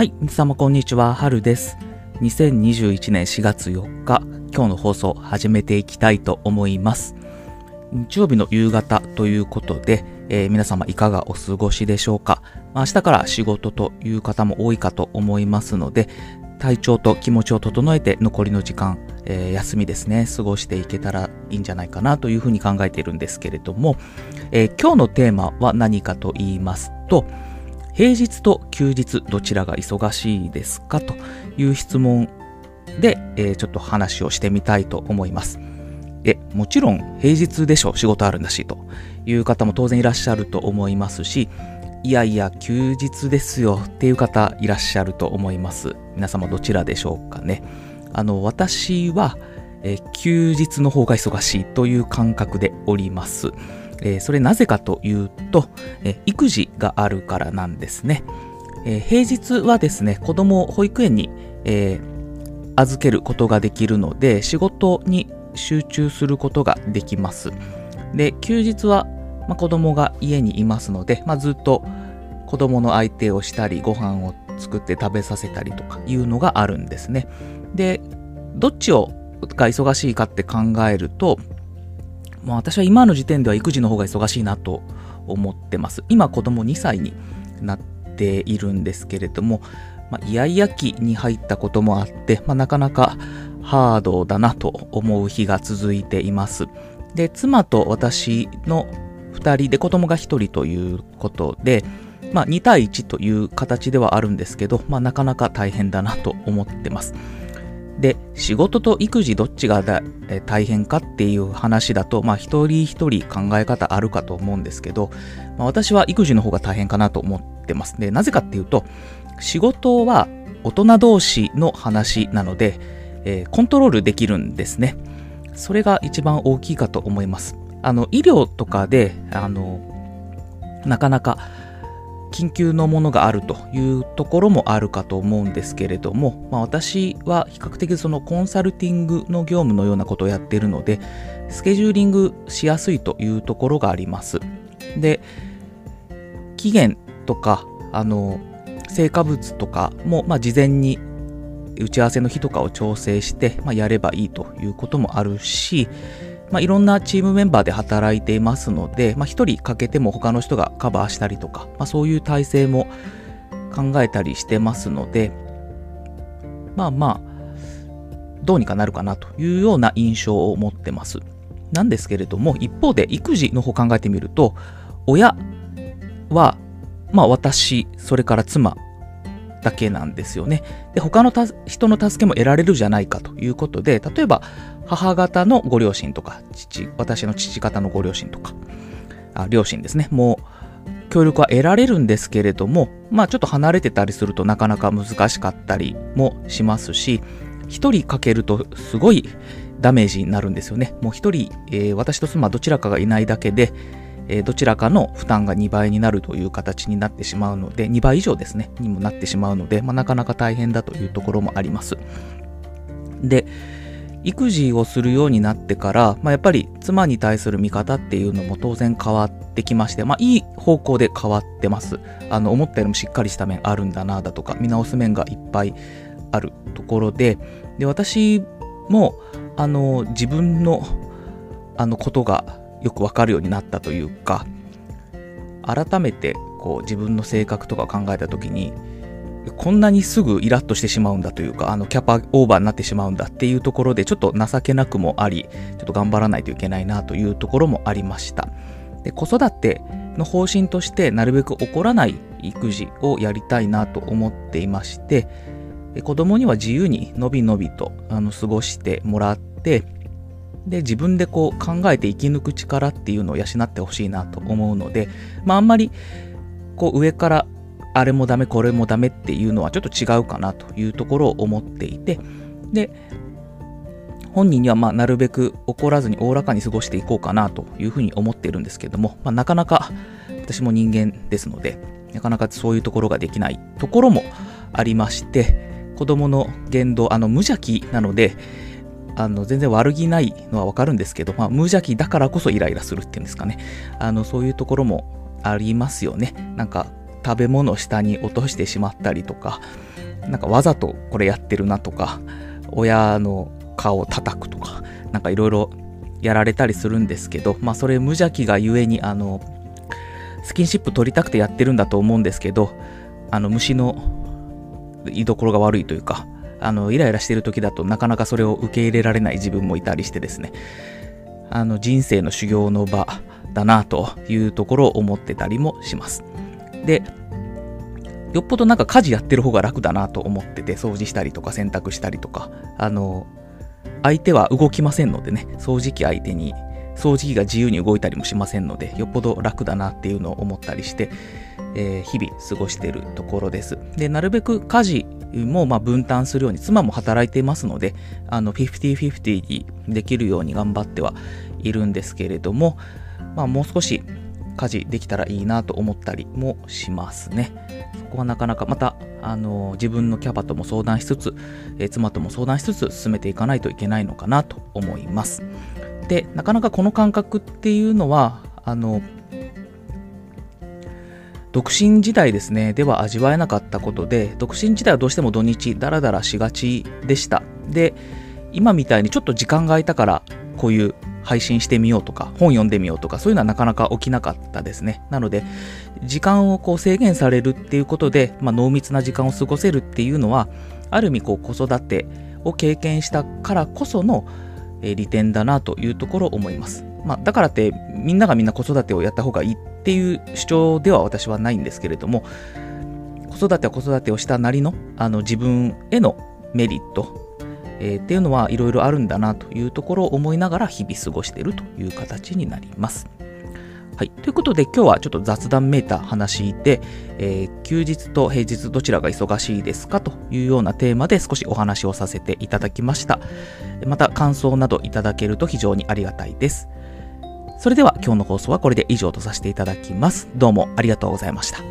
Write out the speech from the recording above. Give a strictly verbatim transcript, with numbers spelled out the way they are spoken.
はい、皆様こんにちは、はるです。にせんにじゅういちねんしがつよっか、今日の放送始めていきたいと思います。日曜日の夕方ということで、えー、皆様いかがお過ごしでしょうか。まあ、明日から仕事という方も多いかと思いますので、体調と気持ちを整えて残りの時間、えー、休みですね、過ごしていけたらいいんじゃないかなというふうに考えているんですけれども、えー、今日のテーマは何かと言いますと、平日と休日どちらが忙しいですかという質問で、えー、ちょっと話をしてみたいと思います。え、もちろん平日でしょ、仕事あるんだしという方も当然いらっしゃると思いますし、いやいや休日ですよっていう方いらっしゃると思います。皆様どちらでしょうかね。あの私は、えー、休日の方が忙しいという感覚でおります。えー、それなぜかというと、えー、育児があるからなんですね。えー、平日はですね、子供を保育園に、えー、預けることができるので、仕事に集中することができます。で、休日は、まあ、子供が家にいますので、まあ、ずっと子供の相手をしたり、ご飯を作って食べさせたりとかいうのがあるんですね。で、どっちをが忙しいかって考えると、もう私は今の時点では育児の方が忙しいなと思ってます。今子供にさいになっているんですけれども、まあ、イヤイヤ期に入ったこともあって、まあ、なかなかハードだなと思う日が続いています。で、妻と私のふたりで子供がひとりということで、まあ、にたいいちという形ではあるんですけど、まあ、なかなか大変だなと思ってます。で、仕事と育児どっちがだ、え大変かっていう話だと、まあ一人一人考え方あるかと思うんですけど、まあ、私は育児の方が大変かなと思ってます。で、なぜかっていうと、仕事は大人同士の話なので、えー、コントロールできるんですね。それが一番大きいかと思います。あの、医療とかで、あの、なかなか緊急のものがあるというところもあるかと思うんですけれども、まあ、私は比較的そのコンサルティングの業務のようなことをやっているので、スケジューリングしやすいというところがあります。で、期限とか、あの、成果物とかも、まあ、事前に打ち合わせの日とかを調整して、まあ、やればいいということもあるし、まあ、いろんなチームメンバーで働いていますので、まあ、ひとり欠けても他の人がカバーしたりとか、まあ、そういう体制も考えたりしてますので、まあまあ、どうにかなるかなというような印象を持ってます。なんですけれども、一方で育児の方考えてみると、親は、まあ私、それから妻だけなんですよね。で、他のた人の助けも得られるじゃないかということで、例えば母方のご両親とか、父、私の父方のご両親とか、あ、両親ですね。もう協力は得られるんですけれども、まあちょっと離れてたりするとなかなか難しかったりもしますし、一人かけるとすごいダメージになるんですよね。もう一人、えー、私と妻どちらかがいないだけで、えー、どちらかの負担がにばいになるという形になってしまうので、にばい以上ですね、にもなってしまうので、まあ、なかなか大変だというところもあります。で、育児をするようになってから、まあ、やっぱり妻に対する見方っていうのも当然変わってきまして、まあ、いい方向で変わってます。あの、思ったよりもしっかりした面あるんだな、だとか、見直す面がいっぱいあるところで、で、私も、あの、自分の、あの、ことがよくわかるようになったというか、改めて、こう、自分の性格とか考えたときに、こんなにすぐイラッとしてしまうんだというか、あのキャパオーバーになってしまうんだっていうところでちょっと情けなくもあり、ちょっと頑張らないといけないなというところもありました。で、子育ての方針としてなるべく怒らない育児をやりたいなと思っていまして、子供には自由にのびのびとあの過ごしてもらって、で、自分でこう考えて生き抜く力っていうのを養ってほしいなと思うので、まああんまりこう上からあれもダメこれもダメっていうのはちょっと違うかなというところを思っていて、で、本人にはまあなるべく怒らずにおおらかに過ごしていこうかなというふうに思っているんですけども、まあ、なかなか私も人間ですので、なかなかそういうところができないところもありまして、子供の言動、あの無邪気なので、あの全然悪気ないのはわかるんですけど、まあ、無邪気だからこそイライラするっていうんですかね。あのそういうところもありますよね。なんか食べ物を下に落としてしまったりとか、なんかわざとこれやってるなとか、親の顔を叩くとか、なんかいろいろやられたりするんですけど、まあそれ無邪気がゆえにあのスキンシップ取りたくてやってるんだと思うんですけど、あの虫の居所が悪いというか、あのイライラしてる時だとなかなかそれを受け入れられない自分もいたりしてですね、あの人生の修行の場だなというところを思ってたりもします。で、よっぽどなんか家事やってる方が楽だなと思ってて、掃除したりとか洗濯したりとか、あの相手は動きませんのでね、掃除機相手に掃除機が自由に動いたりもしませんので、よっぽど楽だなっていうのを思ったりして、えー、日々過ごしているところです。で、なるべく家事もまあ分担するように、妻も働いていますので、あのフィフティフィフティにできるように頑張ってはいるんですけれども、まあもう少し家事できたらいいなと思ったりもしますね。そこはなかなかまたあの自分のキャパとも相談しつつ、えー、妻とも相談しつつ進めていかないといけないのかなと思います。で、なかなかこの感覚っていうのはあの独身時代ですねでは味わえなかったことで、独身時代はどうしても土日ダラダラしがちでした。で、今みたいにちょっと時間が空いたからこういう配信してみようとか本読んでみようとか、そういうのはなかなか起きなかったですね。なので時間をこう制限されるっていうことで、まあ、濃密な時間を過ごせるっていうのはある意味こう子育てを経験したからこその利点だなというところを思います。まあ、だからってみんながみんな子育てをやった方がいいっていう主張では私はないんですけれども、子育ては子育てをしたなりの、あの自分へのメリット、えー、っていうのはいろいろあるんだなというところを思いながら日々過ごしているという形になります。はい、ということで今日はちょっと雑談めいた話で、えー、休日と平日どちらが忙しいですかというようなテーマで少しお話をさせていただきました。また感想などいただけると非常にありがたいです。それでは今日の放送はこれで以上とさせていただきます。どうもありがとうございました。